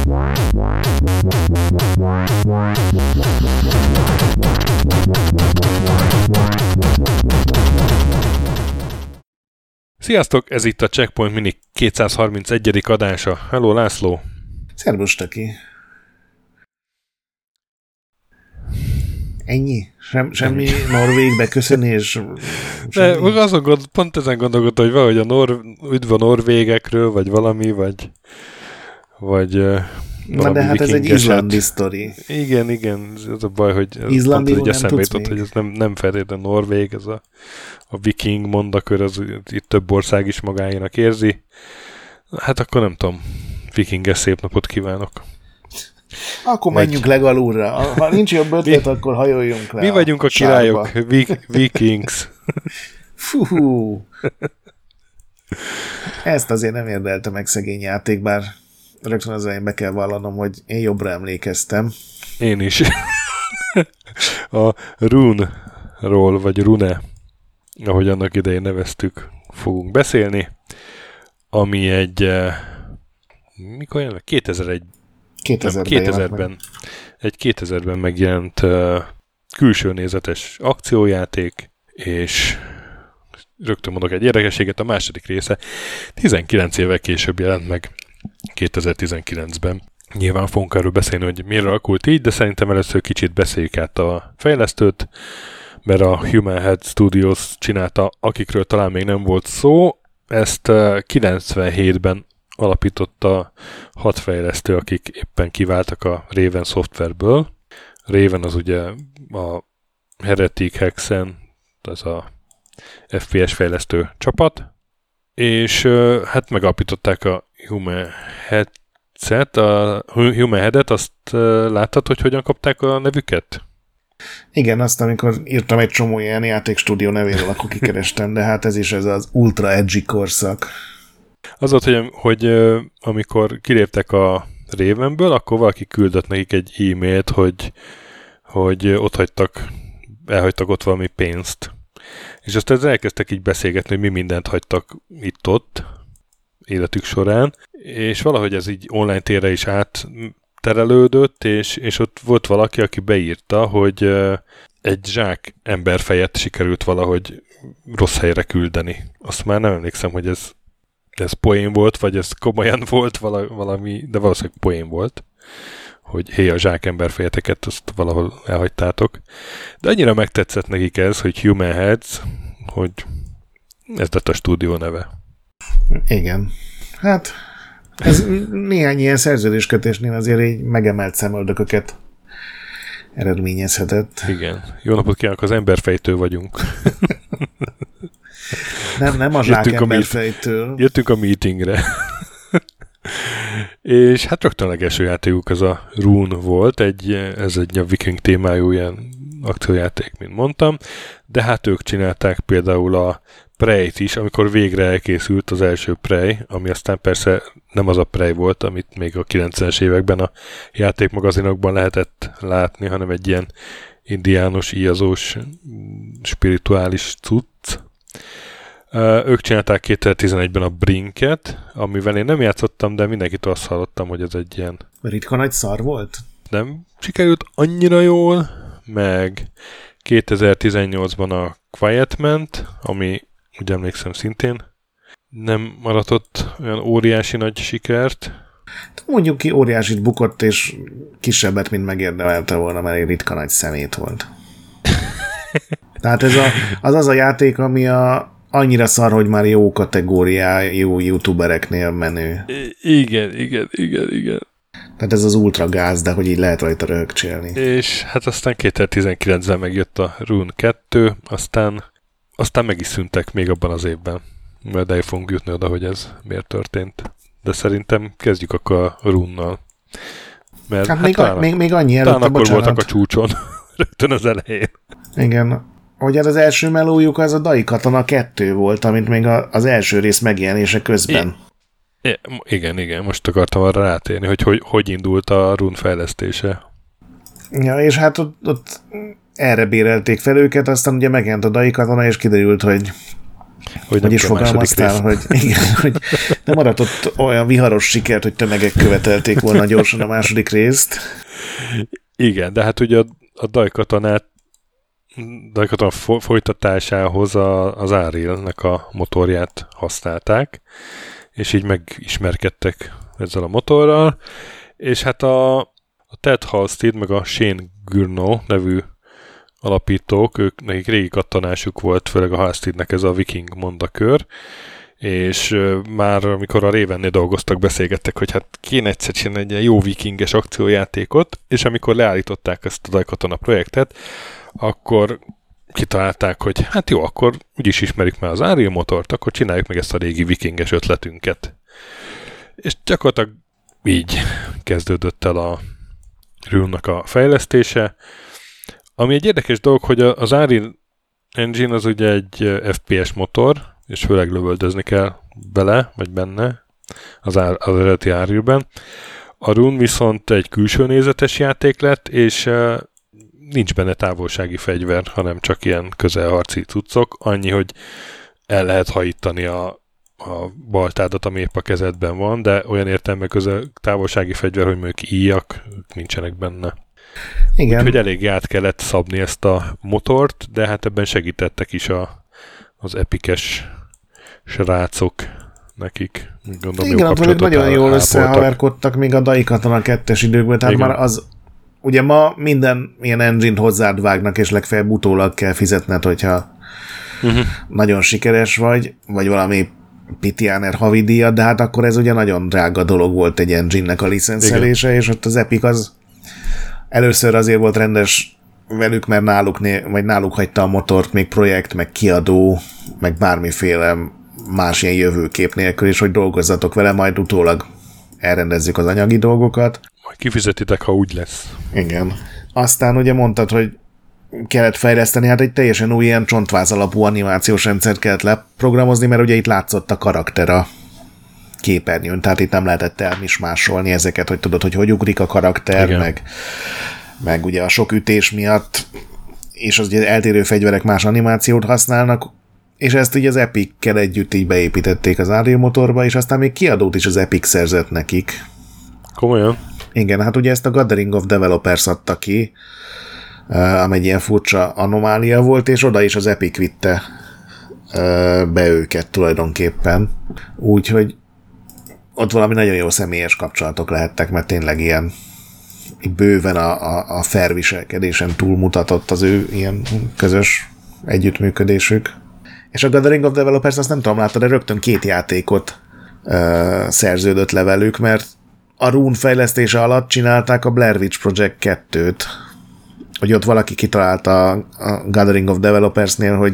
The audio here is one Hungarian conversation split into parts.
Sziasztok, ez itt a Checkpoint Mini 231. adása. Hello, László! Szervusz, Taki! Ennyi? Semmi norvég beköszönés? De pont ezen gondolkodtam, hogy valahogy üdv a norvégekről, vagy valami, vagy na de hát ez egy izlandi sztori. Igen, ez a baj, hogy Izlandiul nem eszembe tudsz jutott, még. hogy ez nem feltétlenül norvég, ez a viking mondakör, az itt több ország is magáénak érzi. Hát akkor nem tudom, vikinges szép napot kívánok. Akkor menjünk legalulra. Ha nincs jobb ötlet, akkor hajoljunk le. Mi vagyunk a királyok, vikings. Fú. Ezt azért nem érdelte meg szegény játék, bár rögtön az elején be kell vallanom, hogy én jobbra emlékeztem. Én is. A Rune-ról, vagy Rune, ahogy annak idején neveztük, fogunk beszélni, ami egy mikor jön? 2000-ben egy 2000-ben megjelent külső nézetes akciójáték, és rögtön mondok egy érdekességet, a második része 19 évvel később jelent meg, 2019-ben. Nyilván fogunk erről beszélni, hogy miért alakult így, de szerintem először kicsit beszéljük át a fejlesztőt, mert a Human Head Studios csinálta, akikről talán még nem volt szó. Ezt 97-ben alapította 6 fejlesztő, akik éppen kiváltak a Raven Softwareből. Raven az ugye a Heretic Hexen, az a FPS fejlesztő csapat, és hát megalapították a Human Head-et, Human Head-et, azt láttad, hogy hogyan kapták a nevüket? Igen, azt amikor írtam egy csomó ilyen játékstúdió nevéről, akkor kikerestem, de hát ez is ez az ultra edgy korszak. Az volt, hogy amikor kiléptek a Ravenből, akkor valaki küldött nekik egy e-mailt, hogy elhagytak ott valami pénzt. És aztán elkezdtek így beszélgetni, hogy mi mindent hagytak itt-ott életük során, és valahogy ez így online térre is átterelődött, és ott volt valaki, aki beírta, hogy egy zsák emberfejet sikerült valahogy rossz helyre küldeni. Azt már nem emlékszem, hogy ez poén volt, vagy ez komolyan volt valami, de valószínűleg poén volt, hogy a zsák emberfejeteket azt valahol elhagytátok. De annyira megtetszett nekik ez, hogy Human Heads, hogy ez lett a stúdió neve. Igen. Hát ez néhány ilyen szerződéskötésnél azért így megemelt szemöldököket eredményezhetett. Igen. Jó napot kívánok, az emberfejtől vagyunk. Nem a zsák emberfejtől. Jöttünk a meetingre. És hát rögtön a legelső játékuk az a Rune volt, ez egy a viking témájú ilyen akciójáték, mint mondtam, de hát ők csinálták például a Prey-t is, amikor végre elkészült az első Prey, ami aztán persze nem az a Prey volt, amit még a 90-es években a játékmagazinokban lehetett látni, hanem egy ilyen indiánus, íjazós, spirituális cucc. Ők csinálták 2011-ben a Brinket, amivel én nem játszottam, de mindenkitől azt hallottam, hogy ez egy ilyen... Ritka nagy szar volt? Nem sikerült annyira jól, meg 2018-ban a Quietment, ami úgy emlékszem szintén nem maratott olyan óriási nagy sikert. Mondjuk ki, óriásit bukott, és kisebbet, mint megérdemelte volna, mert egy ritka nagy szemét volt. Tehát ez az a játék, ami annyira szar, hogy már jó kategóriájú youtubereknél menő. Igen. Tehát ez az ultra gáz, de hogy így lehet rajta röhögcsélni. És hát aztán 2019-ben megjött a Rune 2, aztán meg is szűntek még abban az évben. Majd el fogunk jutni oda, hogy ez miért történt. De szerintem kezdjük akkor a Rune-nal. Mert hát még annyi előtte, talán akkor voltak a csúcson, rögtön az elején. Igen. Hogy az első melójuk az a Dai Katana 2 volt, amit még az első rész megjelenése közben. Igen, most akartam arra rátérni, hogy indult a Rune fejlesztése. Ja, és hát ott erre bérelték fel őket, aztán ugye megjelent a Dai Katana, és kiderült, hogy Hogy is fogalmaztál, hogy, igen, hogy nem aratott olyan viharos sikert, hogy tömegek követelték volna gyorsan a második részt. Igen, de hát ugye a Daikatan folytatásához az Arielnek a motorját használták, és így megismerkedtek ezzel a motorral, és hát a Ted Halstead meg a Shane Gurno nevű alapítók, nekik régi kattanásuk volt, főleg a Halsteadnek ez a Viking mondakör, és már amikor a Ravennél dolgoztak, beszélgettek, hogy hát kéne egyszer csinálni egy ilyen jó vikinges akciójátékot, és amikor leállították ezt a Daikatana projektet, akkor kitalálták, hogy hát jó, akkor úgyis ismerjük már az Ariel motort, akkor csináljuk meg ezt a régi vikinges ötletünket. És gyakorlatilag így kezdődött el a Rune-nak a fejlesztése. Ami egy érdekes dolog, hogy az Ariel engine az ugye egy FPS motor, és főleg lövöldözni kell bele, vagy benne, az eredeti Arielben. A Rune viszont egy külső nézetes játék lett, és nincs benne távolsági fegyver, hanem csak ilyen közelharci cuccok. Annyi, hogy el lehet hajítani a baltádat, ami épp a kezedben van, de olyan értelemben távolsági fegyver, hogy mondjuk íjak nincsenek benne. Igen. Úgyhogy elég át kellett szabni ezt a motort, de hát ebben segítettek is az epikes srácok nekik. Gondolom, igen, attól nagyon jól összehaverkodtak még a Daikatana 2-es időkben, tehát igen. Már az ugye ma minden ilyen engine-t hozzád vágnak, és legfeljebb utólag kell fizetned, hogyha nagyon sikeres vagy valami Pitianer havidíjat, de hát akkor ez ugye nagyon drága dolog volt egy engine-nek a licenszelése, és ott az Epic az először azért volt rendes velük, mert náluk hagyta a motort még projekt, meg kiadó, meg bármiféle más ilyen jövőkép nélkül, és hogy dolgozzatok vele, majd utólag elrendezzük az anyagi dolgokat. Majd kifizetitek, ha úgy lesz. Igen. Aztán ugye mondtad, hogy kellett fejleszteni, hát egy teljesen új ilyen csontváz alapú animációs rendszert kellett leprogramozni, mert ugye itt látszott a karakter a képernyőn, tehát itt nem lehetett elmismásolni ezeket, hogy tudod, hogy ugrik a karakter, meg ugye a sok ütés miatt, és az ugye eltérő fegyverek más animációt használnak, és ezt ugye az Epic-kel együtt így beépítették az Unreal motorba, és aztán még kiadót is az Epic szerzett nekik. Komolyan? Igen, hát ugye ezt a Gathering of Developers adta ki, ami egy ilyen furcsa anomália volt, és oda is az Epic vitte be őket tulajdonképpen. Úgyhogy ott valami nagyon jó személyes kapcsolatok lehettek, mert tényleg ilyen bőven a fair viselkedésen túlmutatott az ő ilyen közös együttműködésük. És a Gathering of Developers, azt nem tudom, láttad, de rögtön 2 játékot szerződött le velük, mert a Rune fejlesztése alatt csinálták a Blair Witch Project 2-t, hogy ott valaki kitalálta a Gathering of Developersnél, hogy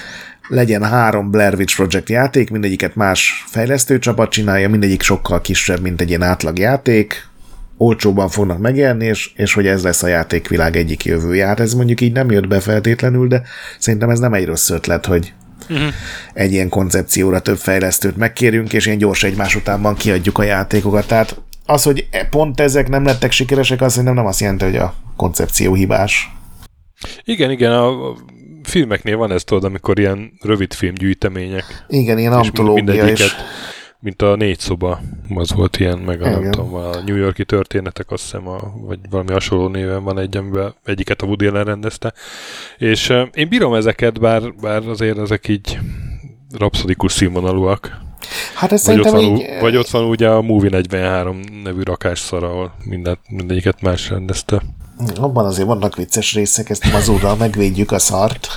legyen 3 Blair Witch Project játék, mindegyiket más fejlesztőcsapat csinálja, mindegyik sokkal kisebb, mint egy ilyen átlag játék, olcsóban fognak megjelenni, és hogy ez lesz a játékvilág egyik jövője. Hát ez mondjuk így nem jött be feltétlenül, de szerintem ez nem egy rossz ötlet, hogy egy ilyen koncepcióra több fejlesztőt megkérjünk, és ilyen gyors egymás utánban kiadjuk a játékokat. Tehát az, hogy pont ezek nem lettek sikeresek, az szerintem nem azt jelenti, hogy a koncepció hibás. Igen, a filmeknél van ez, tudod, amikor ilyen rövid filmgyűjtemények. Igen, ilyen antológia is. Mint a 4 szoba, az volt ilyen, meg a, nem tudom, a New York-i történetek, azt hiszem, vagy valami hasonló néven van egy, amiben egyiket a Woody Allen rendezte. És én bírom ezeket, bár azért ezek így rapszodikus színvonalúak. Hát ez vagy ott van ugye a Movie 43 nevű rakásszar, ahol mindegyiket más rendezte. Abban azért vannak vicces részek, ezt mazódal megvédjük a szart.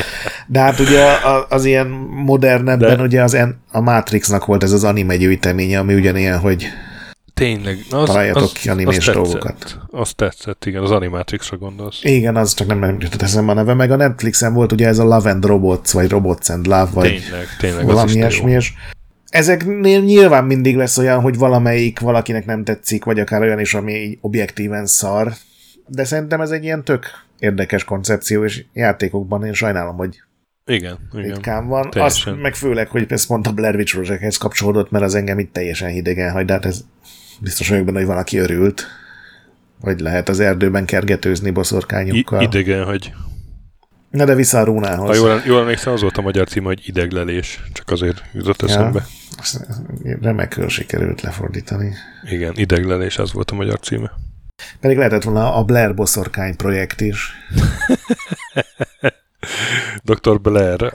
De hát ugye az ilyen modernebben ugye a Matrixnak volt ez az anime gyűjteménye, ami ugyanilyen, hogy tényleg, találjatok ki animés dolgokat. Azt tetszett, igen, az Animatrixra gondolsz. Igen, az csak nem jutott eszembe a neve, meg a Netflixen volt ugye ez a Love and Robots, vagy Robots and Love, vagy tényleg, valami ilyesmi, és ezeknél nyilván mindig lesz olyan, hogy valamelyik valakinek nem tetszik, vagy akár olyan is, ami objektíven szar, de szerintem ez egy ilyen tök érdekes koncepció, és játékokban én sajnálom, hogy igen, ritkán van. Azt meg főleg, hogy ez pont a Blair Witch Projecthez kapcsolódott, mert az engem itt teljesen hidegen hagy, de hát ez biztos vagyok benne, hogy valaki örült, hogy lehet az erdőben kergetőzni boszorkányokkal. Idegen hagy. Na de vissza a Rúnához. Ha jól emlékszem, az volt a magyar címe, hogy ideglelés. Csak azért jutott eszembe. Remekül sikerült lefordítani. Igen, ideglelés, az volt a magyar címe. Pedig lehetett volna a Blair boszorkány projekt is. Dr. Blair.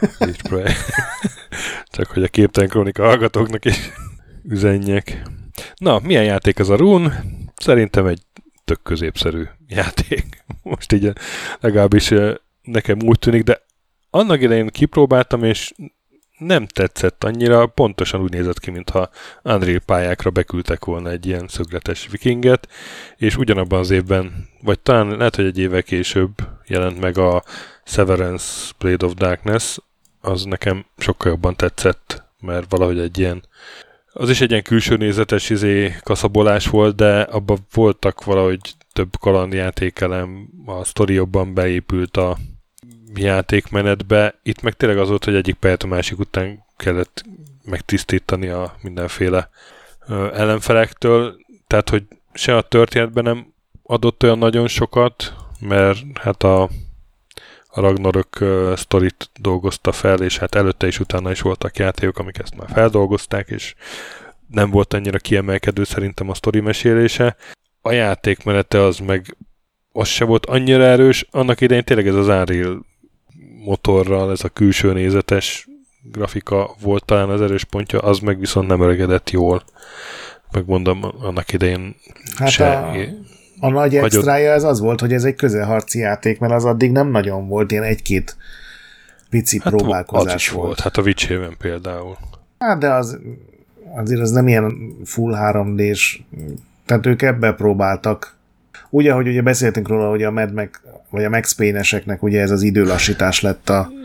Csak hogy a Képtelen Krónika hallgatóknak is üzenjek. Na, milyen játék ez a Rune? Szerintem egy tök középszerű játék. Most így legalábbis nekem úgy tűnik, de annak idején kipróbáltam, és nem tetszett annyira, pontosan úgy nézett ki, mintha Unreal pályákra beküldtek volna egy ilyen szögletes vikinget, és ugyanabban az évben, vagy talán lehet, hogy egy évvel később jelent meg a Severance Blade of Darkness, az nekem sokkal jobban tetszett, mert valahogy egy ilyen, az is egy ilyen külső nézetes kaszabolás volt, de abban voltak valahogy több kalandjátékelem, a sztori jobban beépült a játékmenetbe. Itt meg tényleg az volt, hogy egyik pályát a másik után kellett megtisztítani a mindenféle ellenfelektől, tehát hogy se a történetben nem adott olyan nagyon sokat, mert hát a Ragnarök sztorit dolgozta fel, és hát előtte és utána is voltak játékok, amik ezt már feldolgozták, és nem volt annyira kiemelkedő szerintem a sztori mesélése. A játékmenete az meg az se volt annyira erős, annak idején tényleg ez az Unreal motorral, ez a külső nézetes grafika volt talán az erős pontja, az meg viszont nem öregedett jól. Megmondom, annak idején hát se... A nagy extrája ez az volt, hogy ez egy közelharci játék, mert az addig nem nagyon volt, ilyen egy-két pici próbálkozás az is volt. Hát a Witch Haven például. Hát de azért az nem ilyen full 3D-s, tehát ők ebbe próbáltak. Úgy, ahogy ugye beszéltünk róla, hogy a vagy a Max Payne-eseknek ugye ez az időlassítás lett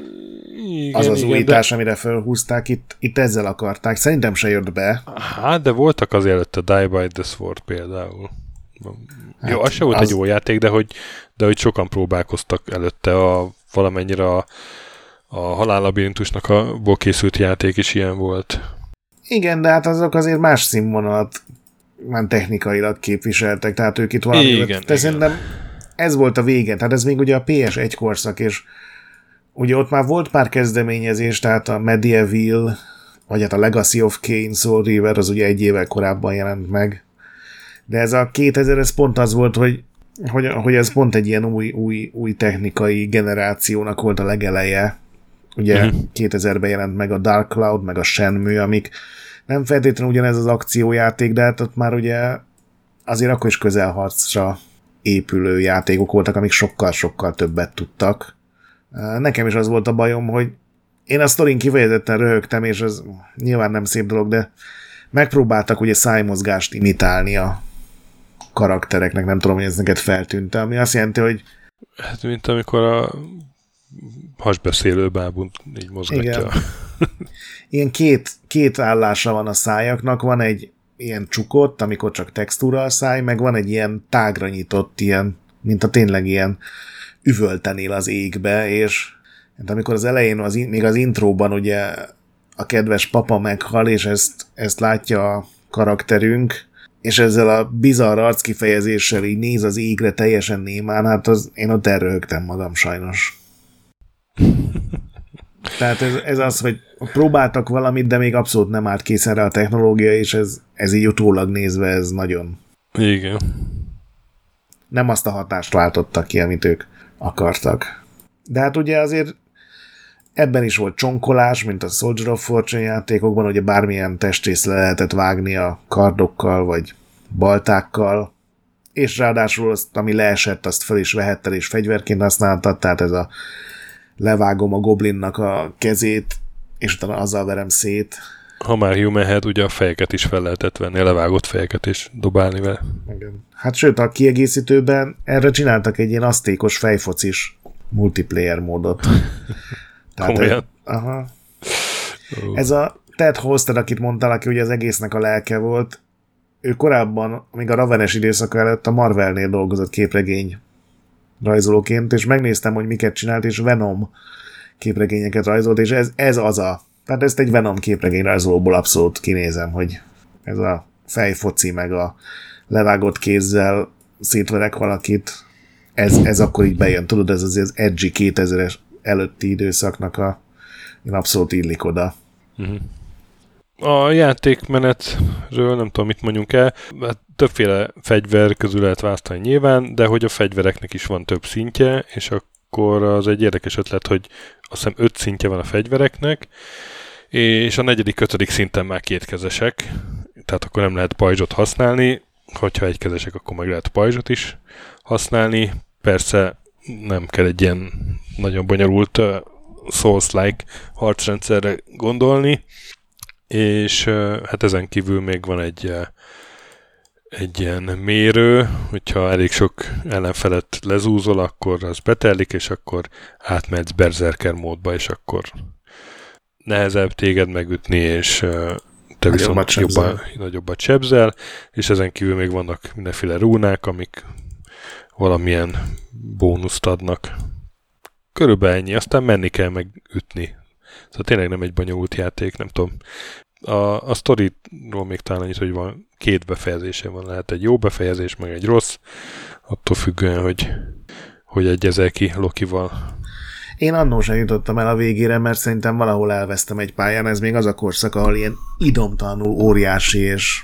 az újítás, amire felhúzták, itt ezzel akarták. Szerintem se jött be. Hát, de voltak az előtte Die by the Sword például. Hát, jó, az se volt egy jó játék, de hogy sokan próbálkoztak előtte valamennyire a Halál-labirintusnak ból készült játék is ilyen volt. Igen, de hát azok azért más színvonalat már technikailag képviseltek, tehát ők itt valami... Igen. Szerintem ez volt a vége, tehát ez még ugye a PS1 korszak, és ugye ott már volt pár kezdeményezés, tehát a Medieval, vagy hát a Legacy of Kain Soul River, az ugye egy évvel korábban jelent meg. De ez a 2000, ez pont az volt, hogy ez pont egy ilyen új technikai generációnak volt a legeleje. Ugye 2000-ben jelent meg a Dark Cloud, meg a Shenmue, amik nem feltétlenül ugyanez az akciójáték, de hát ott már ugye azért akkor is közelharcra épülő játékok voltak, amik sokkal-sokkal többet tudtak. Nekem is az volt a bajom, hogy én a sztorin kifejezetten röhögtem, és ez nyilván nem szép dolog, de megpróbáltak ugye szájmozgást imitálni a karaktereknek, nem tudom, hogy ez neked feltűnt, ami azt jelenti, hogy... Hát, mint amikor a hasbeszélő bábunt így mozgatja. Igen. Ilyen két állásra van a szájaknak, van egy ilyen csukott, amikor csak textúra a száj, meg van egy ilyen tágra nyitott, ilyen, mint a tényleg ilyen üvöltenél az égbe, és amikor az elején, még az intróban ugye a kedves papa meghal, és ezt látja a karakterünk, és ezzel a bizarr arckifejezéssel így néz az égre teljesen némán, hát én ott elröhögtem magam sajnos. Tehát ez az, hogy próbáltak valamit, de még abszolút nem állt készen rá a technológia, és ez így utólag nézve, ez nagyon... Igen. Nem azt a hatást váltottak ki, amit ők akartak. De hát ugye azért ebben is volt csonkolás, mint a Soldier of Fortune játékokban, ugye bármilyen testrészre lehetett vágni a kardokkal, vagy baltákkal, és ráadásul azt, ami leesett, azt fel is vehettel, és fegyverként használtad, tehát ez a levágom a goblinnak a kezét, és utána azzal verem szét. Ha már Human Head, ugye a fejeket is fel lehetett venni, a levágott fejeket is dobálni vele. Igen. Hát sőt, a kiegészítőben erre csináltak egy ilyen asztékos fejfocis multiplayer módot. Komolyan? Aha. Ez a Ted Hosted, akit mondtál, aki ugye az egésznek a lelke volt, ő korábban, még a Ravenes időszaka előtt a Marvelnél dolgozott képregény rajzolóként, és megnéztem, hogy miket csinált, és Venom képregényeket rajzolt, és ez az a... Tehát ezt egy Venom képregény rajzolóból abszolút kinézem, hogy ez a fejfoci, meg a levágott kézzel szétverek valakit, ez akkor így bejön, tudod, ez az edgy 2000-es előtti időszaknak én abszolút illik oda. Uh-huh. A játékmenetről nem tudom, mit mondjunk el. Többféle fegyver közül lehet választani nyilván, de hogy a fegyvereknek is van több szintje, és akkor az egy érdekes ötlet, hogy azt hiszem 5 szintje van a fegyvereknek, és a 4.-5. szinten már kétkezesek, tehát akkor nem lehet pajzsot használni, hogyha egykezesek, akkor meg lehet pajzsot is használni. Persze nem kell egy ilyen nagyon bonyolult Souls-like harcrendszerre gondolni, és hát ezen kívül még van egy ilyen mérő, hogyha elég sok ellenfelet lezúzol, akkor az betelik, és akkor átmehetsz berserker módba, és akkor nehezebb téged megütni, és te viszont nagyobbat sebzel, és ezen kívül még vannak mindenféle rúnák, amik valamilyen bónuszt adnak. Körülbelül ennyi, aztán menni kell megütni. Szóval tényleg nem egy bonyolult játék, nem tudom. A sztoriról még talán annyit, hogy van 2 befejezése van, lehet egy jó befejezés, meg egy rossz, attól függően, hogy egyezel ki Lokival. Én annól sem jutottam el a végére, mert szerintem valahol elvesztem egy pályán, ez még az a korszak, ahol ilyen idomtalanul óriási és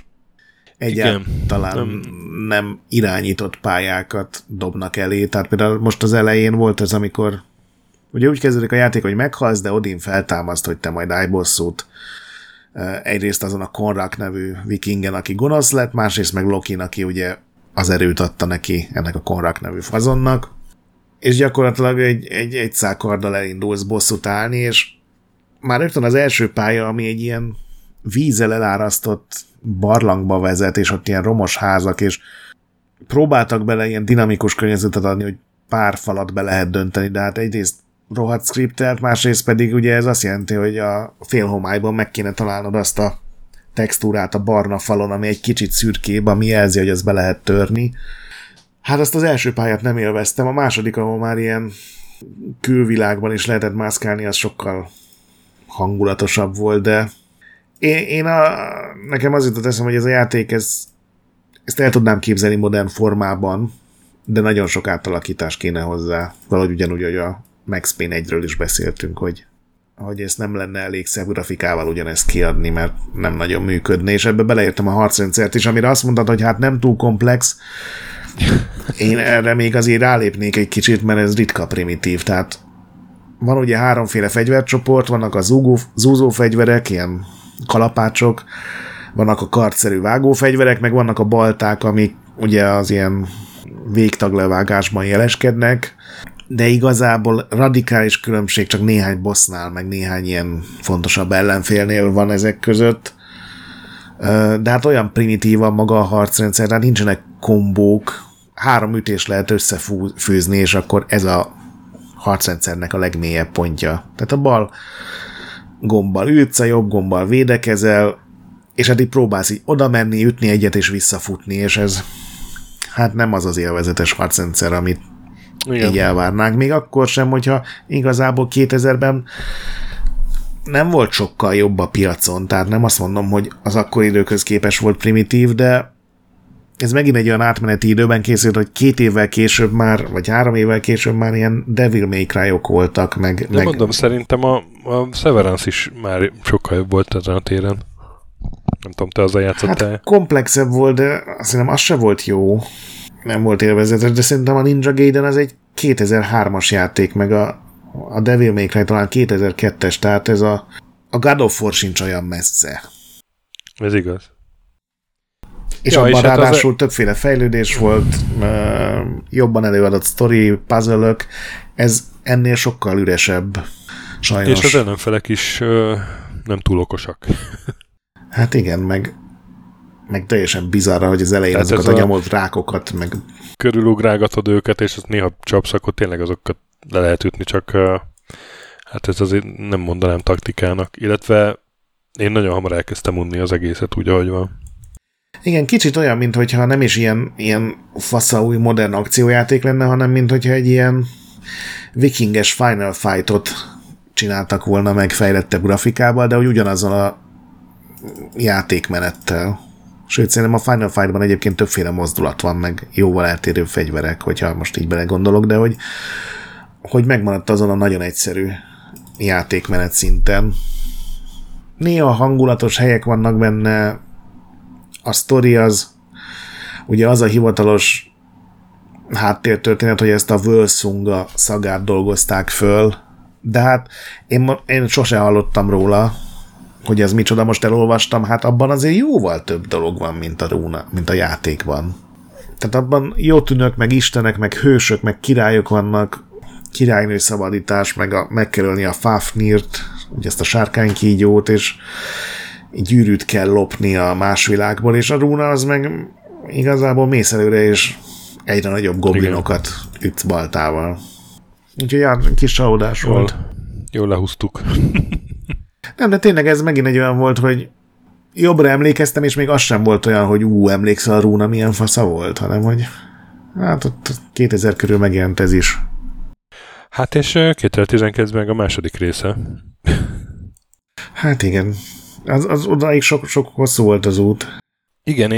egyáltalán nem irányított pályákat dobnak elé. Tehát például most az elején volt ez, amikor ugye úgy kezdődik a játék, hogy meghalsz, de Odin feltámaszt, hogy te majd ájbosszút. Egyrészt azon a Konrak nevű vikingen, aki gonosz lett, másrészt meg Lokin, aki ugye az erőt adta neki ennek a Konrak nevű fazonnak, és gyakorlatilag egy szákarddal elindulsz bosszút állni, és már rögtön az első pálya, ami egy ilyen vízzel elárasztott barlangba vezet, és ott ilyen romos házak, és próbáltak bele ilyen dinamikus környezetet adni, hogy pár falat be lehet dönteni, de hát egyrészt rohadt scriptelt, másrészt pedig ugye ez azt jelenti, hogy a félhomályban meg kéne találnod azt a textúrát a barna falon, ami egy kicsit szürkébb, ami jelzi, hogy ezt be lehet törni. Hát azt az első pályát nem élveztem, a második, ahol már ilyen külvilágban is lehetett mászkálni, az sokkal hangulatosabb volt, de nekem az jutott eszem, hogy ez a játék, ezt el tudnám képzelni modern formában, de nagyon sok átalakítás kéne hozzá. Valahogy ugyanúgy, hogy a Max Payne 1-ről is beszéltünk, hogy ezt nem lenne elég szebb grafikával ugyanezt kiadni, mert nem nagyon működne, és ebbe beleértem a harcrendszert is, amire azt mondtad, hogy hát nem túl komplex. Én erre még azért rálépnék egy kicsit, mert ez ritka primitív, tehát van ugye 3 fegyvercsoport, vannak a zúzó fegyverek, ilyen kalapácsok, vannak a kardszerű vágófegyverek, meg vannak a balták, amik ugye az ilyen végtaglevágásban jeleskednek, de igazából radikális különbség csak néhány bossnál, meg néhány ilyen fontosabb ellenfélnél van ezek között. De hát olyan primitívan maga a harcrendszer, tehát nincsenek kombók, 3 ütést lehet összefűzni, és akkor ez a harcrendszernek a legmélyebb pontja. Tehát a bal gombbal ütsz, a jobb gombbal védekezel, és eddig próbálsz így oda menni, ütni egyet és visszafutni, és ez hát nem az az élvezetes harcrendszer, amit így elvárnánk. Még akkor sem, hogyha igazából 2000-ben nem volt sokkal jobb a piacon, tehát nem azt mondom, hogy az akkori időköz képes volt primitív, de ez megint egy olyan átmeneti időben készült, hogy 2 évvel később már, vagy 3 évvel később már ilyen Devil May Cry-ok voltak, meg... Mondom, szerintem a Severance is már sokkal jobb volt ezen a téren. Nem tudom, te azzal játszottál? Hát komplexebb volt, de szerintem az se volt jó. Nem volt élvezetes, de szerintem a Ninja Gaiden az egy 2003-as játék, meg a Devil May Cry talán 2002-es, tehát ez a God of War sincs olyan messze. Ez igaz. És abban és ráadásul hát többféle fejlődés volt, jobban előadott sztori, puzzle-ök, ez ennél sokkal üresebb, sajnos. És az ellenfelek is nem túl okosak. Hát igen, meg teljesen bizarra, hogy az elején tehát azokat a nyomott rákokat, meg... Körülugrágatod őket, és az néha csapsz, akkor tényleg azokat le lehet ütni, csak hát ez azért nem mondanám taktikának, illetve én nagyon hamar elkezdtem unni az egészet úgy, ahogy van. Igen, kicsit olyan, mintha nem is ilyen fasza új modern akciójáték lenne, hanem mintha egy ilyen vikinges Final Fight-ot csináltak volna meg fejlettebb grafikával, de hogy ugyanazzal a játékmenettel. Sőt, szerintem a Final Fight-ban egyébként többféle mozdulat van, meg jóval eltérő fegyverek, hogyha most így belegondolok, de hogy megmaradt azon a nagyon egyszerű játékmenet szinten. Néha hangulatos helyek vannak benne, a sztori az, ugye az a hivatalos háttértörténet, hogy ezt a Völsunga szagát dolgozták föl, de hát én sose hallottam róla, hogy ez micsoda, most elolvastam, hát abban azért jóval több dolog van, mint a játékban. Tehát abban jó tűnök, meg istenek, meg hősök, meg királyok vannak, királynő szabadítás, meg megkerülni a Fafnirt, ugye ezt a sárkánykígyót, és gyűrűt kell lopni a más világból, és a Rúna az meg igazából mész előre, és egyre nagyobb goblinokat ütsz baltával. Úgyhogy kis csalódás volt. Jól lehúztuk. Nem, de tényleg ez megint egy olyan volt, hogy jobbra emlékeztem, és még az sem volt olyan, hogy emlékszel a Rúna milyen fasza volt, hanem hogy hát ott 2000 körül megjelent ez is. Hát és 2019-ben a második része. Hát igen. Az odáig sok hosszú volt az út. Igen,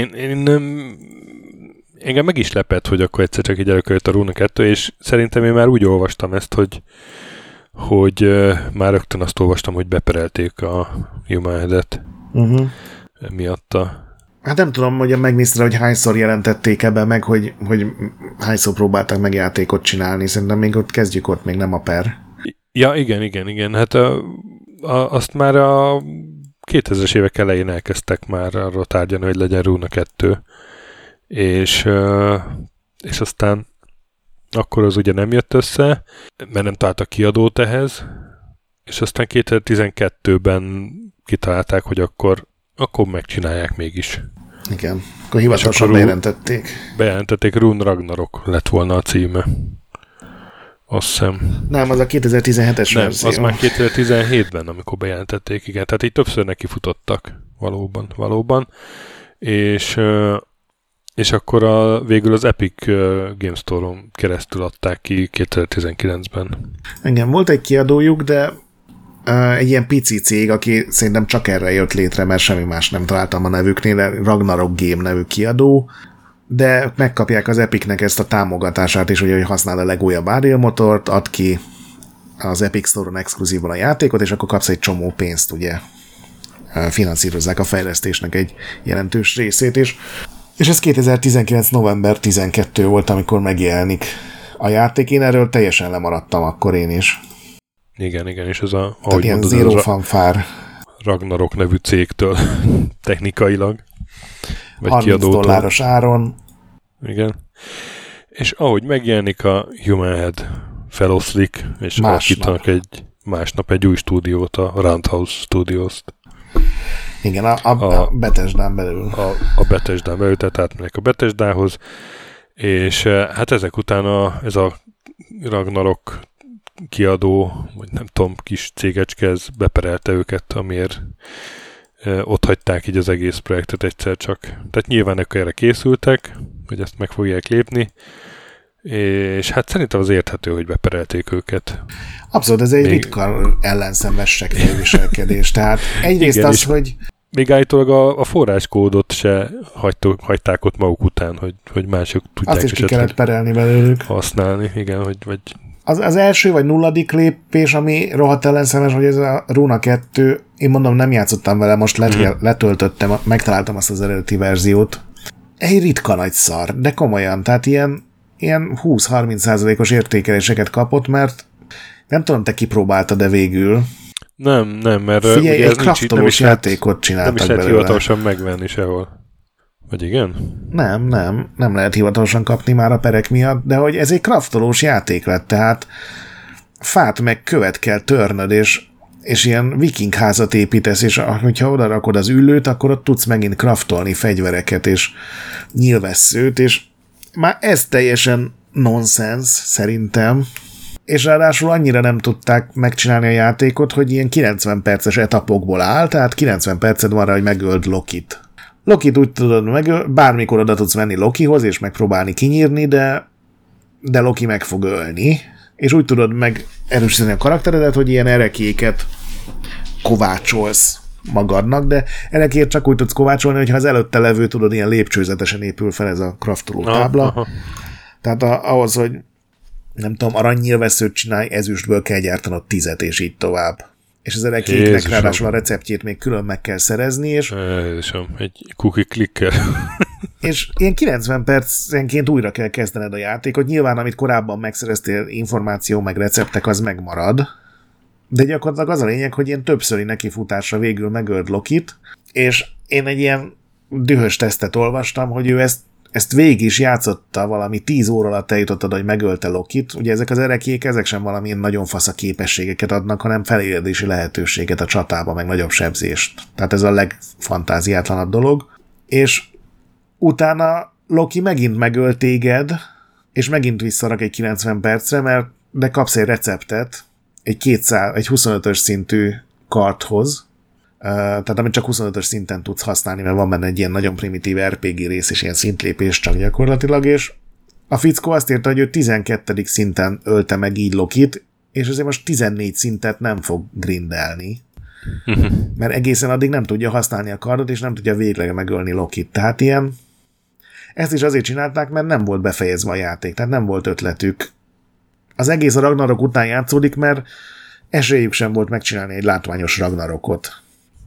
engem meg is lepett, hogy akkor egyszer csak így előkerült a Rúna 2, és szerintem én már úgy olvastam ezt, hogy már rögtön azt olvastam, hogy beperelték a Humanhead-et miatta. Hát nem tudom, hogy megnézted, hogy hányszor jelentették ebben meg, hogy hányszor próbálták meg játékot csinálni. Szerintem még ott kezdjük, ott még nem a per. Ja, igen. Hát azt már a 2000-es évek elején elkezdtek már arról tárgyalni, hogy legyen Rúna 2. És aztán akkor az ugye nem jött össze, mert nem találtak kiadót ehhez, és aztán 2012-ben kitalálták, hogy akkor megcsinálják mégis. Igen, akkor hivatalosan bejelentették. Bejelentették, Rune Ragnarok lett volna a címe. Azt hiszem. Nem, az a 2017-es nem, verzió. az már 2017-ben, amikor bejelentették, igen. Tehát így többször nekifutottak, valóban. És akkor végül az Epic Game Store-on keresztül adták ki 2019-ben. Igen, volt egy kiadójuk, de egy ilyen pici cég, aki szerintem csak erre jött létre, mert semmi más nem találtam a nevüknél, Ragnarok Game nevű kiadó, de megkapják az Epicnek ezt a támogatását is, hogy használ a legújabb Unreal motort, ad ki az Epic Store-on exkluzívan a játékot, és akkor kapsz egy csomó pénzt, ugye finanszírozzák a fejlesztésnek egy jelentős részét is. És ez 2019. november 12 volt, amikor megjelenik a játék. Én erről teljesen lemaradtam akkor én is. Igen, és ez a... Tehát ilyen zero fanfár. Ragnarok nevű cégtől technikailag. Vagy $30 kiadótól. áron. Igen. És ahogy megjelenik a Humanhead, feloszlik, és alakítanak másnap egy új stúdiót, a Roundhouse Studios-t. Igen, a Bethesdán belül. A Bethesdán belül, tehát átmennek a Bethesdához, és hát ezek után ez a Ragnarok kiadó, vagy nem tudom, kis cégecske, ez beperelte őket, amiért ott hagyták így az egész projektet egyszer csak. Tehát nyilván ők erre készültek, hogy ezt meg fogják lépni, és hát szerintem az érthető, hogy beperelték őket. Abszolút, ez egy ritka ellenszenves viselkedés. Tehát egyrészt igen, az, hogy... Még állítólag a forráskódot se hagyták ott maguk után, hogy mások tudják azt is ki kellett perelni belőlük. Használni, igen, vagy... Az első vagy nulladik lépés, ami rohadt ellenszenves, hogy ez a Runa 2, én mondom, nem játszottam vele, most letöltöttem, megtaláltam azt az eredeti verziót. Egy ritka nagy szar, de komolyan, tehát ilyen 20-30%-os értékeléseket kapott, mert nem tudom, te kipróbáltad, de végül. Nem, mert figyelj, egy kraftolós játékot csináltak belőle. Nem is lehet hivatalosan megvenni sehol. Vagy igen? Nem lehet hivatalosan kapni már a perek miatt, de hogy ez egy kraftolós játék lett, tehát fát meg követ kell törnöd, és ilyen viking házat építesz, és hogyha oda rakod az üllőt, akkor ott tudsz megint kraftolni fegyvereket, és nyilvesszőt, és már ez teljesen nonsens szerintem, és ráadásul annyira nem tudták megcsinálni a játékot, hogy ilyen 90 perces etapokból áll, tehát 90 perced van rá, hogy megöld Lokit. Lokit úgy tudod bármikor oda tudsz menni Lokihoz, és megpróbálni kinyírni, de Loki meg fog ölni, és úgy tudod meg erősíteni a karakteredet, hogy ilyen erekéket kovácsolsz magadnak, de ennek csak úgy tudsz kovácsolni, hogyha az előtte levő, tudod, ilyen lépcsőzetesen épül fel ez a craftoló tábla. Aha. Tehát ahhoz, hogy nem tudom, aranynyilvesszőt csinálj, ezüstből kell gyártanod 10, és így tovább. És az erekéknek ráadásul a receptjét még külön meg kell szerezni, és... Jézusom, egy cookie clicker. És ilyen 90 percenként újra kell kezdened a játékot. Nyilván, amit korábban megszereztél, információ, meg receptek, az megmarad. De gyakorlatilag az a lényeg, hogy ilyen többszöri nekifutásra végül megöld Lokit, és én egy ilyen dühös tesztet olvastam, hogy ő ezt végig is játszotta, valami 10 óra alatt eljutottad, hogy megölte Lokit. Ugye ezek az erekék, ezek sem valamilyen nagyon fasz a képességeket adnak, hanem feléledési lehetőséget a csatába, meg nagyobb sebzést. Tehát ez a legfantáziátlanabb dolog. És utána Loki megint megöl téged, és megint visszarak egy 90 percre, de kapsz egy receptet, egy 25-ös szintű karthoz, tehát amit csak 25-ös szinten tudsz használni, mert van benne egy ilyen nagyon primitív RPG rész, és ilyen szintlépés csak gyakorlatilag, és a fickó azt írta, hogy ő 12. szinten ölte meg így Lokit, és azért most 14 szintet nem fog grindelni, mert egészen addig nem tudja használni a kardot, és nem tudja végleg megölni Lokit. Tehát ilyen, ezt is azért csinálták, mert nem volt befejezve a játék, tehát nem volt ötletük. Az egész a Ragnarok után játszódik, mert esélyük sem volt megcsinálni egy látványos Ragnarokot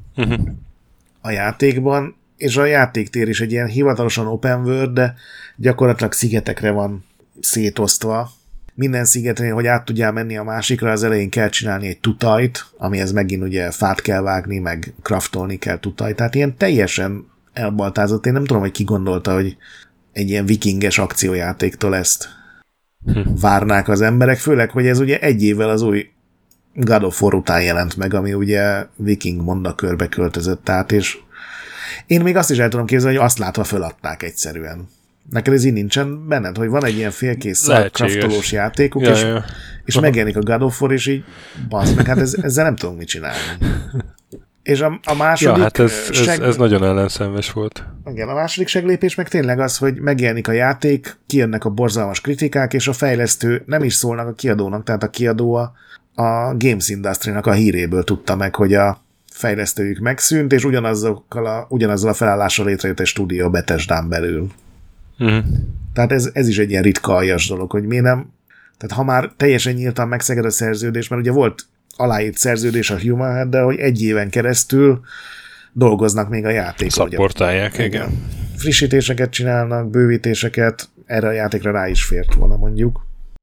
a játékban, és a játéktér is egy ilyen hivatalosan open world, de gyakorlatilag szigetekre van szétosztva. Minden szigetnél, hogy át tudjál menni a másikra, az elején kell csinálni egy tutajt, amihez megint ugye fát kell vágni, meg craftolni kell tutajt. Tehát ilyen teljesen elbaltázott. Én nem tudom, hogy ki gondolta, hogy egy ilyen vikinges akciójátéktól ezt várnák az emberek, főleg, hogy ez ugye egy évvel az új God of War után jelent meg, ami ugye viking mondakörbe költözött át, és én még azt is el tudom képzelni, hogy azt látva föladták egyszerűen. Neked ez így nincsen benned, hogy van egy ilyen félkész craftolós játékuk, és megjelenik a God of War, és így bazd meg, hát ezzel nem tudunk mit csinálni. És a második... Ja, hát ez nagyon ellenszenves volt. Igen, a második seglépés meg tényleg az, hogy megjelenik a játék, kijönnek a borzalmas kritikák, és a fejlesztő nem is szólnak a kiadónak, tehát a kiadó a Games Industry-nak a híréből tudta meg, hogy a fejlesztőjük megszűnt, és ugyanazzal a felállással létrejött egy stúdió a Bethesdán belül. Tehát ez is egy ilyen ritka aljas dolog, hogy miért nem... Tehát ha már teljesen nyíltan megszeged a szerződés, mert ugye volt aláírt szerződés a Human Head, de hogy egy éven keresztül dolgoznak még a játékon. Szapportálják, igen. Frissítéseket csinálnak, bővítéseket, erre a játékra rá is fért volna mondjuk.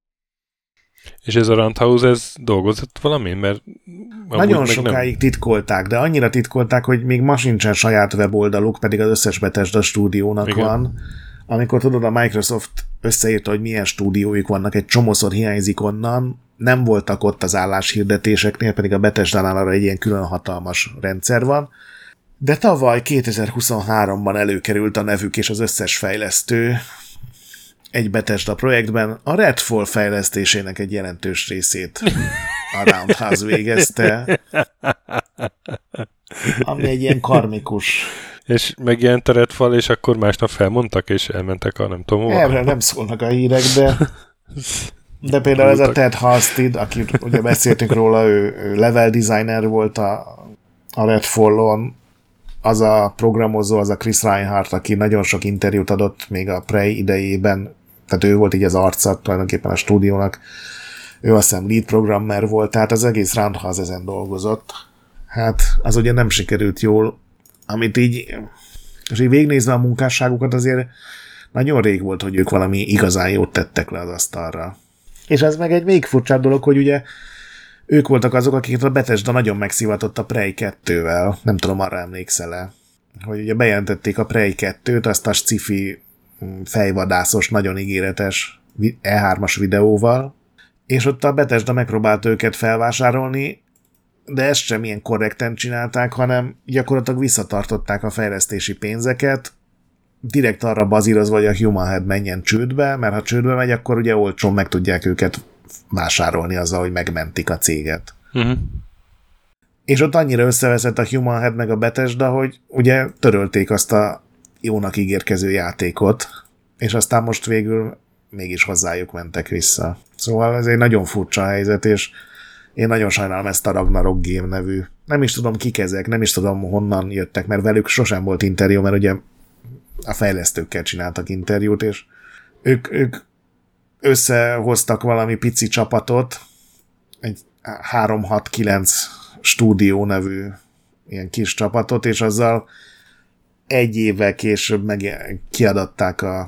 És ez a Roundhouse, ez dolgozott valamin? Mert nagyon sokáig titkolták, de annyira titkolták, hogy még ma sincsen saját weboldaluk, pedig az összes Bethesda stúdiónak van. Amikor tudod, a Microsoft összeírta, hogy milyen stúdióik vannak, egy csomószor hiányzik onnan, nem voltak ott az álláshirdetéseknél, pedig a Bethesdánál arra egy ilyen külön hatalmas rendszer van. De tavaly 2023-ban előkerült a nevük és az összes fejlesztő egy Bethesda projektben a Redfall fejlesztésének egy jelentős részét a Roundhouse végezte, ami egy ilyen karmikus. És megjelent a Redfall, és akkor másnap felmondtak, és elmentek a nem tudom hova. Erre nem szólnak a hírek, de például ez a Ted Halstead, aki ugye beszéltünk róla, ő level designer volt a Redfallon, az a programozó, az a Chris Reinhardt, aki nagyon sok interjút adott még a Prey idejében, tehát ő volt így az arca tulajdonképpen a stúdiónak, ő azt hiszem lead programmer volt, tehát az egész Roundhouse ezen dolgozott. Hát az ugye nem sikerült jól, amit így, és így végignézve a munkásságukat azért nagyon rég volt, hogy ők valami igazán jót tettek le az asztalra. És ez meg egy még furcsább dolog, hogy ugye ők voltak azok, akiket a Bethesda nagyon megszivatott a Prey 2-vel, nem tudom, arra emlékszel-e, hogy ugye bejelentették a Prey 2-t, azt a sci-fi fejvadászos, nagyon ígéretes E3-as videóval, és ott a Bethesda megpróbált őket felvásárolni, de ezt sem ilyen korrekten csinálták, hanem gyakorlatilag visszatartották a fejlesztési pénzeket, direkt arra bazírozva, hogy a Human Head menjen csődbe, mert ha csődbe megy, akkor ugye olcsón meg tudják őket vásárolni azzal, hogy megmentik a céget. És ott annyira összeveszett a Human Head meg a Bethesda, hogy ugye törölték azt a jónak ígérkező játékot, és aztán most végül mégis hozzájuk mentek vissza. Szóval ez egy nagyon furcsa helyzet, és én nagyon sajnálom ezt a Ragnarok Game nevű nem is tudom kik ezek, nem is tudom honnan jöttek, mert velük sosem volt interjú, mert ugye a fejlesztőkkel csináltak interjút, és ők összehoztak valami pici csapatot, egy 3-6-9 stúdió nevű ilyen kis csapatot, és azzal egy évvel később kiadatták a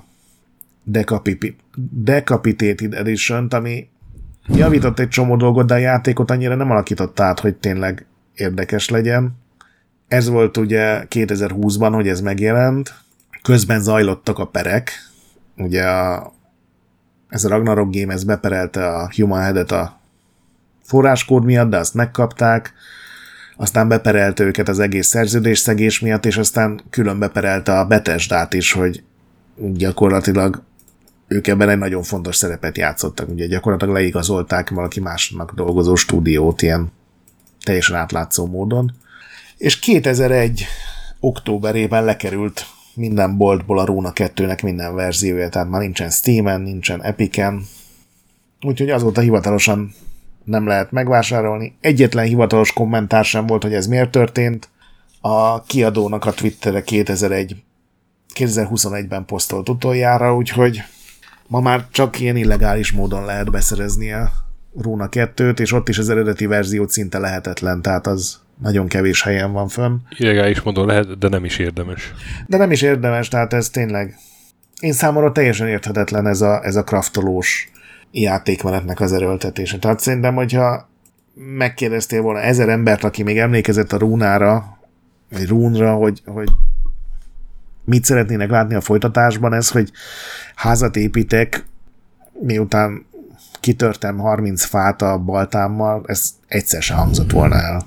Decapitated Edition-t, ami javított egy csomó dolgot, de a játékot annyira nem alakította át, hogy tényleg érdekes legyen. Ez volt ugye 2020-ban, hogy ez megjelent. Közben zajlottak a perek. Ugye ez a Ragnarok Game, ez beperelte a Human Head-et a forráskód miatt, de azt megkapták. Aztán beperelte őket az egész szerződésszegés miatt, és aztán külön beperelte a Bethesdát is, hogy gyakorlatilag ők ebben egy nagyon fontos szerepet játszottak. Ugye gyakorlatilag leigazolták valaki másnak dolgozó stúdiót ilyen teljesen átlátszó módon. És 2001 októberében lekerült minden boltból a Runa 2-nek minden verziója, tehát már nincsen Steamen, nincsen Epicen. Úgyhogy azóta hivatalosan nem lehet megvásárolni. Egyetlen hivatalos kommentár sem volt, hogy ez miért történt. A kiadónak a Twitterre 2021-ben posztolt utoljára, úgyhogy ma már csak ilyen illegális módon lehet beszerezni a Runa 2-t, és ott is az eredeti verzió szinte lehetetlen, tehát az nagyon kevés helyen van fönn. Illegális módon lehet, de nem is érdemes. De nem is érdemes, tehát ez tényleg... Én számomra teljesen érthetetlen ez a craftolós játékmenetnek az erőltetése. Tehát szerintem, hogyha megkérdeztél volna 1000 embert, aki még emlékezett a Runára, vagy Rúnra, hogy mit szeretnének látni a folytatásban, ez, hogy házat építek, miután kitörtem 30 fát a baltámmal, ez egyszer sem hangzott volna el.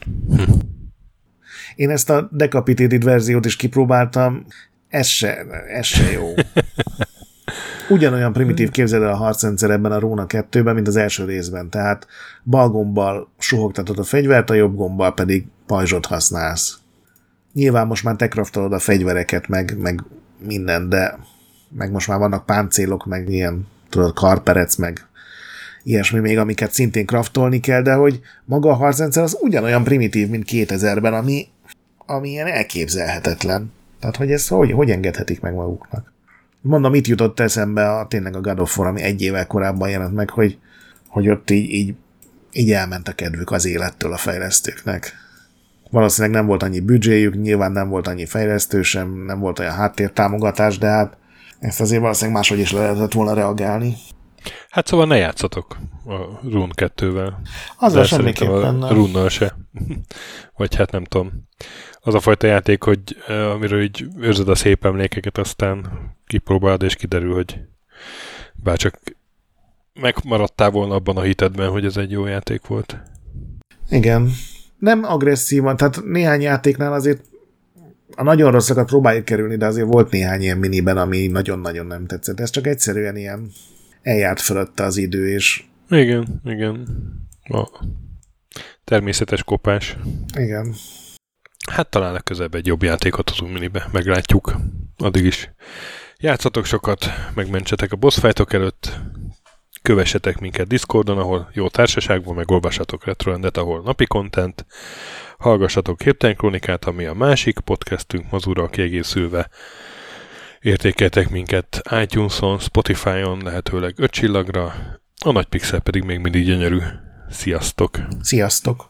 Én ezt a Decapitated verziót is kipróbáltam, ez se jó. Ugyanolyan primitív, képzeld el a harcrendszer ebben a Runa 2-ben, mint az első részben. Tehát bal gombbal suhogtatod a fegyvert, a jobb gombbal pedig pajzsot használsz. Nyilván most már te craftolod a fegyvereket, meg minden, de meg most már vannak páncélok, meg ilyen, tudod, karperec, meg ilyesmi még, amiket szintén craftolni kell, de hogy maga a harcrendszer az ugyanolyan primitív, mint 2000-ben, ami ilyen elképzelhetetlen. Tehát, hogy ezt hogy engedhetik meg maguknak? Mondom, itt jutott eszembe tényleg a God of War, ami 1 évvel korábban jelent meg, hogy ott így elment a kedvük az élettől a fejlesztőknek. Valószínűleg nem volt annyi büdzséjük, nyilván nem volt annyi fejlesztő sem, nem volt olyan háttértámogatás, de hát ezt azért valószínűleg máshogy is lehetett volna reagálni. Hát szóval ne játszatok a Rune 2-vel. Azzal semmiképpen a Rune-nal se. Vagy hát nem tudom. Az a fajta játék, hogy amiről így őrzöd a szép emlékeket, aztán kipróbálod, és kiderül, hogy bárcsak megmaradtál volna abban a hitedben, hogy ez egy jó játék volt. Igen. Nem agresszívan, tehát néhány játéknál azért a nagyon rosszakat próbáljuk kerülni, de azért volt néhány ilyen miniben, ami nagyon-nagyon nem tetszett. Ez csak egyszerűen ilyen eljárt fölötte az idő, és... Igen. A természetes kopás. Igen. Hát talán legközelebb egy jobb játékot tudunk minibe, meglátjuk. Addig is játszatok sokat, megmentsetek a boss fightok előtt, kövessetek minket Discordon, ahol jó társaság van, meg olvassatok Retrolandet, ahol napi content, hallgassatok Hirtelen Krónikát, ami a másik podcastünk Mazurral kiegészülve, értékeltek minket iTunes-on, Spotify-on, lehetőleg 5 csillagra, a Nagy Pixel pedig még mindig gyönyörű. Sziasztok! Sziasztok!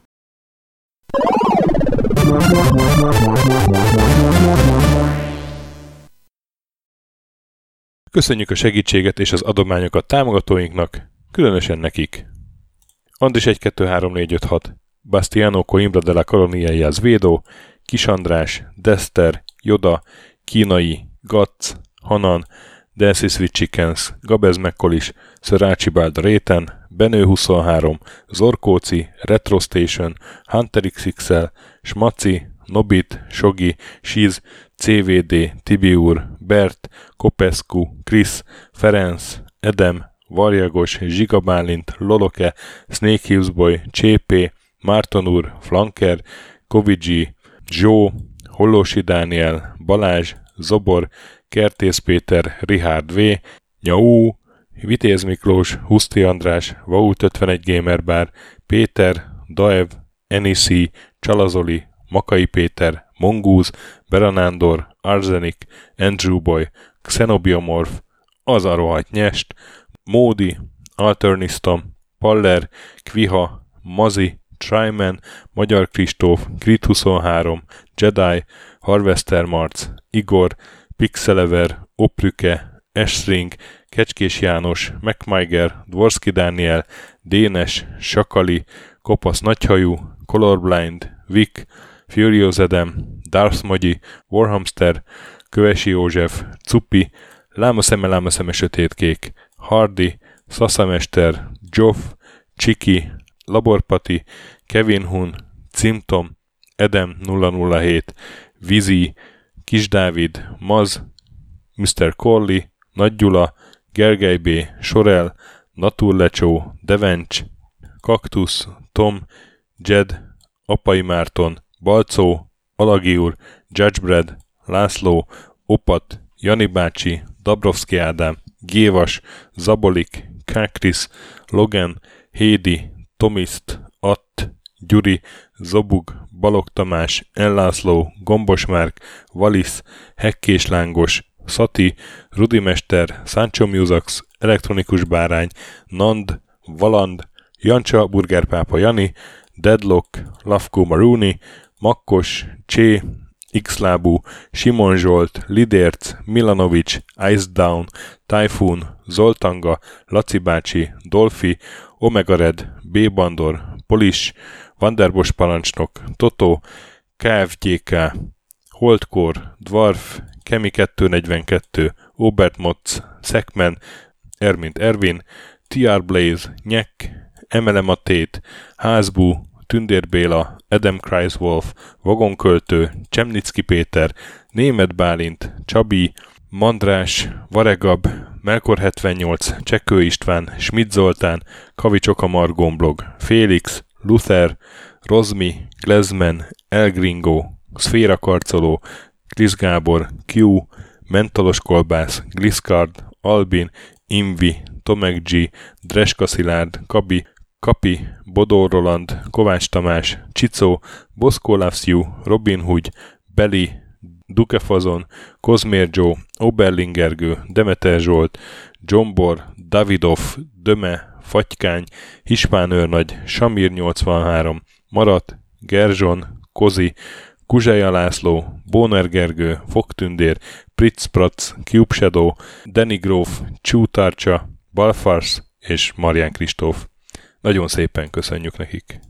Köszönjük a segítséget és az adományokat támogatóinknak, különösen nekik. Andris 1, 2, 3, 4, 5, 6, Bastiano Coimbra de la Colonia y Azvedo, Kis András, Dester, Joda, Kínai, Gatz, Hanan, Dancy Sweet Chickens, Gabez Mekkolis, Sir Archibald Réten, Benő 23, Zorkóci, Retro Station, Hunter XXL, Smaci, Nobit, Sogi, Siz, CVD, Tibiur, Bert, Kopescu, Krisz, Ferenc, Edem, Varjagos, Zsigabálint, Loloke, Snake Hills Boy, Csépé, Márton úr, Flanker, Kovicsi, Joe, Hollósi Dániel, Balázs, Zobor, Kertész Péter, Richard V, Nyau, Vitéz Miklós, Huszti András, Vaut 51 Gamer Bar, Péter, Daev, Enisi, Csalazoli, Makai Péter, Mongúz, Beranándor, Arzenik, Andrew Boy, Xenobiomorph, az a rohadt nyest, Módi, Alternisztom, Paller, Kviha, Mazi, Tryman, Magyar Kristóf, Grit 23, Jedi, Harvester Marc, Igor, Pixelever, Oprüke, Esring, Kecskés János, MacMiger, Dvorski Dániel, Dénes, Sakali, Kopasz Nagyhajú, Colorblind, Vic, Furious Adam, Darth Magyi, Warhamster, Kövesi József, Cupi, Lámaszeme sötétkék, Hardy, Szaszamester, Joff, Csiki, Laborpati, Kevin Hun, Cimtom, Edem 007, Vizi, Kisdávid, Maz, Mr. Corley, Nagy Gyula, Gergely B., Sorel, Naturlecsó, Devencs, Kaktusz, Tom, Jed, Apai Márton, Balcó, Alagi úr, Judgebred, László, Opat, Jani bácsi, Dabrowski Ádám, Gévas, Zabolik, Kákris, Logan, Hédi, Tomiszt, Att, Gyuri, Zobug, Balog Tamás, Ellászló, Gombos Márk, Valisz, Hekkés Lángos, Szati, Rudimester, Sancho Musax, Elektronikus Bárány, Nand, Valand, Jancsa, Burgerpápa Jani, Deadlock, Lavko Maruni, Makkos, Csé, Xlábú, Simon Zsolt, Lidérc, Milanovic, Ice Down, Typhoon, Zoltanga, Laci bácsi, Dolfi, Omega Red, B. Bandor, Polis, Vanderbos parancsnok, Toto, KFGK, Holdkor, Dwarf, Kemi 242, Obert Motz, Szekmen, Ermint Ervin, TR Blaze, Nyek, Emele Matét, Házbú, Tündér Béla, Adam Kreiswolf, Vagonköltő, Csemnicki Péter, Németh Bálint, Csabi, Mandrás, Varegab, Melkor 78, Csekő István, Schmidt Zoltán, Kavicsoka Margomblog, Félix, Luther, Rozmi, Glezman, El Gringo, Szféra Karcoló, Krisz Gábor, Q, Mentalos Kolbász, Gliscard, Albin, Invi, Tomek G, Dreska Szilárd, Kabi, Kapi, Bodó Roland, Kovács Tamás, Csicó, Boszkó Loves You, Robin Hood, Beli, Dukefazon, Kozmér Joe, Oberlingergő, Demeter Zsolt, Dzsombor, Davidov, Döme, Fatykány, Hispán őrnagy, Samir 83, Marat, Gerzson, Kozi, Kuzseja László, Bóner Gergő, Fogtündér, Pritz Prac, Cube Shadow, Danny Gróf, Csútárcsa, Balfars és Marián Kristóf. Nagyon szépen köszönjük nekik!